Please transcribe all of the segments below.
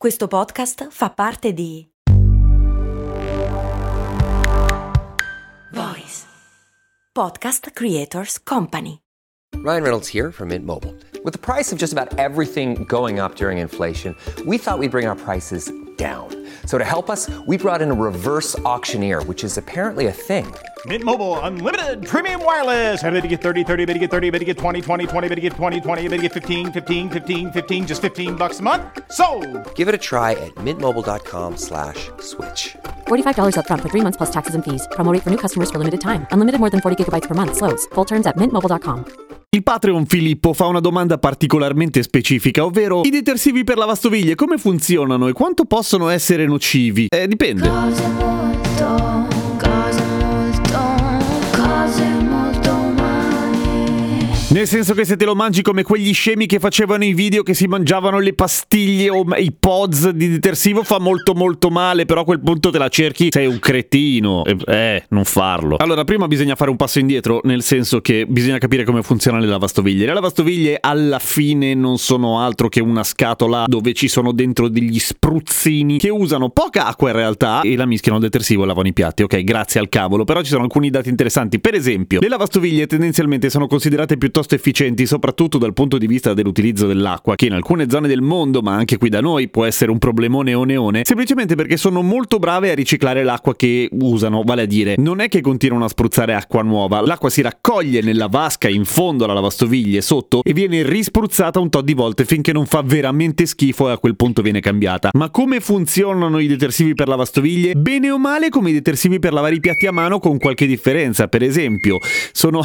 Questo podcast fa parte di Voice Podcast Creators Company. Ryan Reynolds here from Mint Mobile. With the price of just about everything going up during inflation, we thought we'd bring our prices down. So to help us, we brought in a reverse auctioneer, which is apparently a thing. Mint Mobile Unlimited Premium Wireless. How to get 30, 30, bit to get 30, bit to get 20, 20, 20, bit to get 20, 20, bit to get 15, 15, 15, 15, just $15 a month? Sold! Give it a try at mintmobile.com/switch. $45 up front for 3 months plus taxes and fees. Promo rate for new customers for limited time. Unlimited more than 40 gigabytes per month. Slows full terms at mintmobile.com. Il Patreon Filippo fa una domanda particolarmente specifica, ovvero: i detersivi per lavastoviglie come funzionano e quanto possono essere nocivi? Dipende. Cose molto umane. Nel senso che se te lo mangi come quegli scemi che facevano i video che si mangiavano le pastiglie o i pods di detersivo, fa molto molto male, però a quel punto te la cerchi, sei un cretino. Non farlo. Allora, prima bisogna fare un passo indietro, nel senso che bisogna capire come funzionano le lavastoviglie. Le lavastoviglie alla fine non sono altro che una scatola dove ci sono dentro degli spruzzini che usano poca acqua in realtà e la mischiano al detersivo e lavano i piatti. Ok, grazie al cavolo, però ci sono alcuni dati interessanti. Per esempio, le lavastoviglie tendenzialmente sono considerate piuttosto efficienti, soprattutto dal punto di vista dell'utilizzo dell'acqua, che in alcune zone del mondo, ma anche qui da noi, può essere un problemone oneone, semplicemente perché sono molto brave a riciclare l'acqua che usano. Vale a dire, non è che continuano a spruzzare acqua nuova, l'acqua si raccoglie nella vasca in fondo alla lavastoviglie sotto e viene rispruzzata un tot di volte finché non fa veramente schifo e a quel punto viene cambiata. Ma come funzionano i detersivi per lavastoviglie? Bene o male come i detersivi per lavare i piatti a mano, con qualche differenza. Per esempio, sono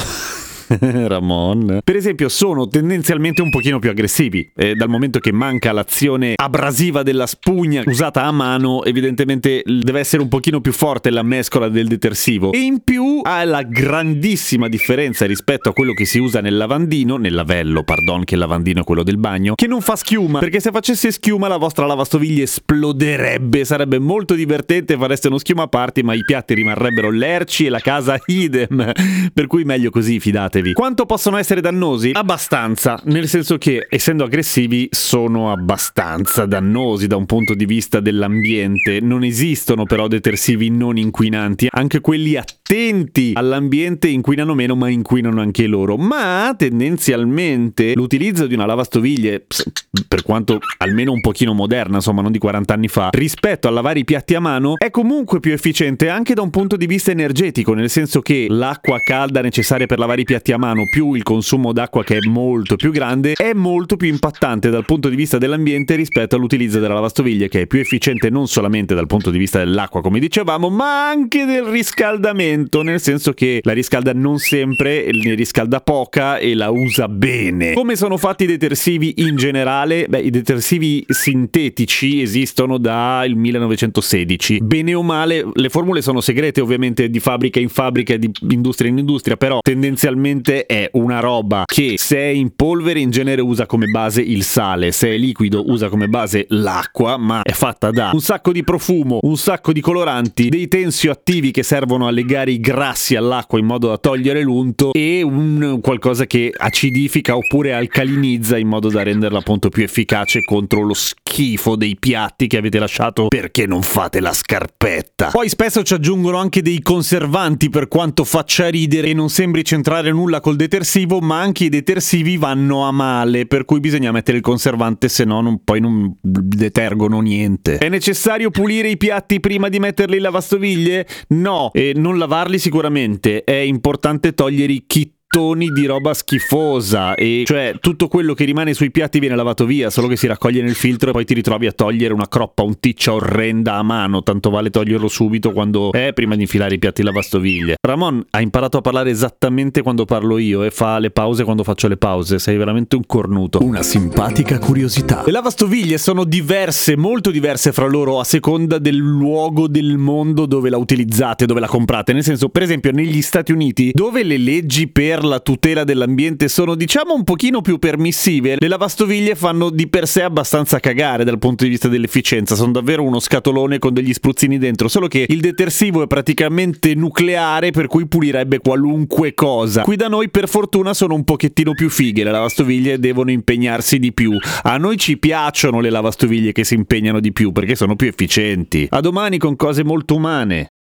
Ramon. Per esempio, sono tendenzialmente un pochino più aggressivi, dal momento che manca l'azione abrasiva della spugna usata a mano, evidentemente deve essere un pochino più forte la mescola del detersivo, e in più ha la grandissima differenza rispetto a quello che si usa nel lavello, che il lavandino è quello del bagno, che non fa schiuma, perché se facesse schiuma la vostra lavastoviglie esploderebbe, sarebbe molto divertente, fareste uno schiuma party, ma i piatti rimarrebbero lerci e la casa idem, per cui meglio così, fidatevi. Quanto possono essere dannosi? Abbastanza, nel senso che, essendo aggressivi, sono abbastanza dannosi da un punto di vista dell'ambiente. Non esistono però detersivi non inquinanti, anche quelli attenti all'ambiente inquinano meno, ma inquinano anche loro. Ma tendenzialmente l'utilizzo di una lavastoviglie, per quanto almeno un pochino moderna, insomma non di 40 anni fa, rispetto a lavare i piatti a mano, è comunque più efficiente anche da un punto di vista energetico, nel senso che l'acqua calda necessaria per lavare i piatti a mano più il consumo d'acqua, che è molto più grande, è molto più impattante dal punto di vista dell'ambiente rispetto all'utilizzo della lavastoviglie, che è più efficiente non solamente dal punto di vista dell'acqua, come dicevamo, ma anche del riscaldamento, nel senso che la riscalda non sempre, ne riscalda poca e la usa bene. Come sono fatti i detersivi in generale? I detersivi sintetici esistono dal 1916. Bene o male, le formule sono segrete ovviamente, di fabbrica in fabbrica e di industria in industria, però tendenzialmente è una roba che, se è in polvere, in genere usa come base il sale, se è liquido usa come base l'acqua, ma è fatta da un sacco di profumo, un sacco di coloranti, dei tensioattivi che servono a legare i grassi all'acqua in modo da togliere l'unto, e un qualcosa che acidifica oppure alcalinizza in modo da renderla appunto più efficace contro lo schifo dei piatti che avete lasciato perché non fate la scarpetta. Poi spesso ci aggiungono anche dei conservanti, per quanto faccia ridere e non sembri c'entrare nulla col detersivo, ma anche i detersivi vanno a male, per cui bisogna mettere il conservante, se no poi non detergono niente. È necessario pulire i piatti prima di metterli in lavastoviglie? No, e non lavarli sicuramente. È importante togliere i chittoni di roba schifosa, e cioè tutto quello che rimane sui piatti viene lavato via, solo che si raccoglie nel filtro e poi ti ritrovi a togliere una croppa unticcia orrenda a mano. Tanto vale toglierlo subito prima di infilare i piatti in lavastoviglie. Ramon ha imparato a parlare esattamente quando parlo io e fa le pause quando faccio le pause. Sei veramente un cornuto. Una simpatica curiosità. Le lavastoviglie sono diverse, molto diverse fra loro, a seconda del luogo del mondo dove la utilizzate, dove la comprate. Nel senso, per esempio negli Stati Uniti, dove le leggi per la tutela dell'ambiente sono diciamo un pochino più permissive, le lavastoviglie fanno di per sé abbastanza cagare dal punto di vista dell'efficienza, sono davvero uno scatolone con degli spruzzini dentro, solo che il detersivo è praticamente nucleare, per cui pulirebbe qualunque cosa. Qui da noi per fortuna sono un pochettino più fighe, le lavastoviglie devono impegnarsi di più. A noi ci piacciono le lavastoviglie che si impegnano di più perché sono più efficienti. A domani con cose molto umane.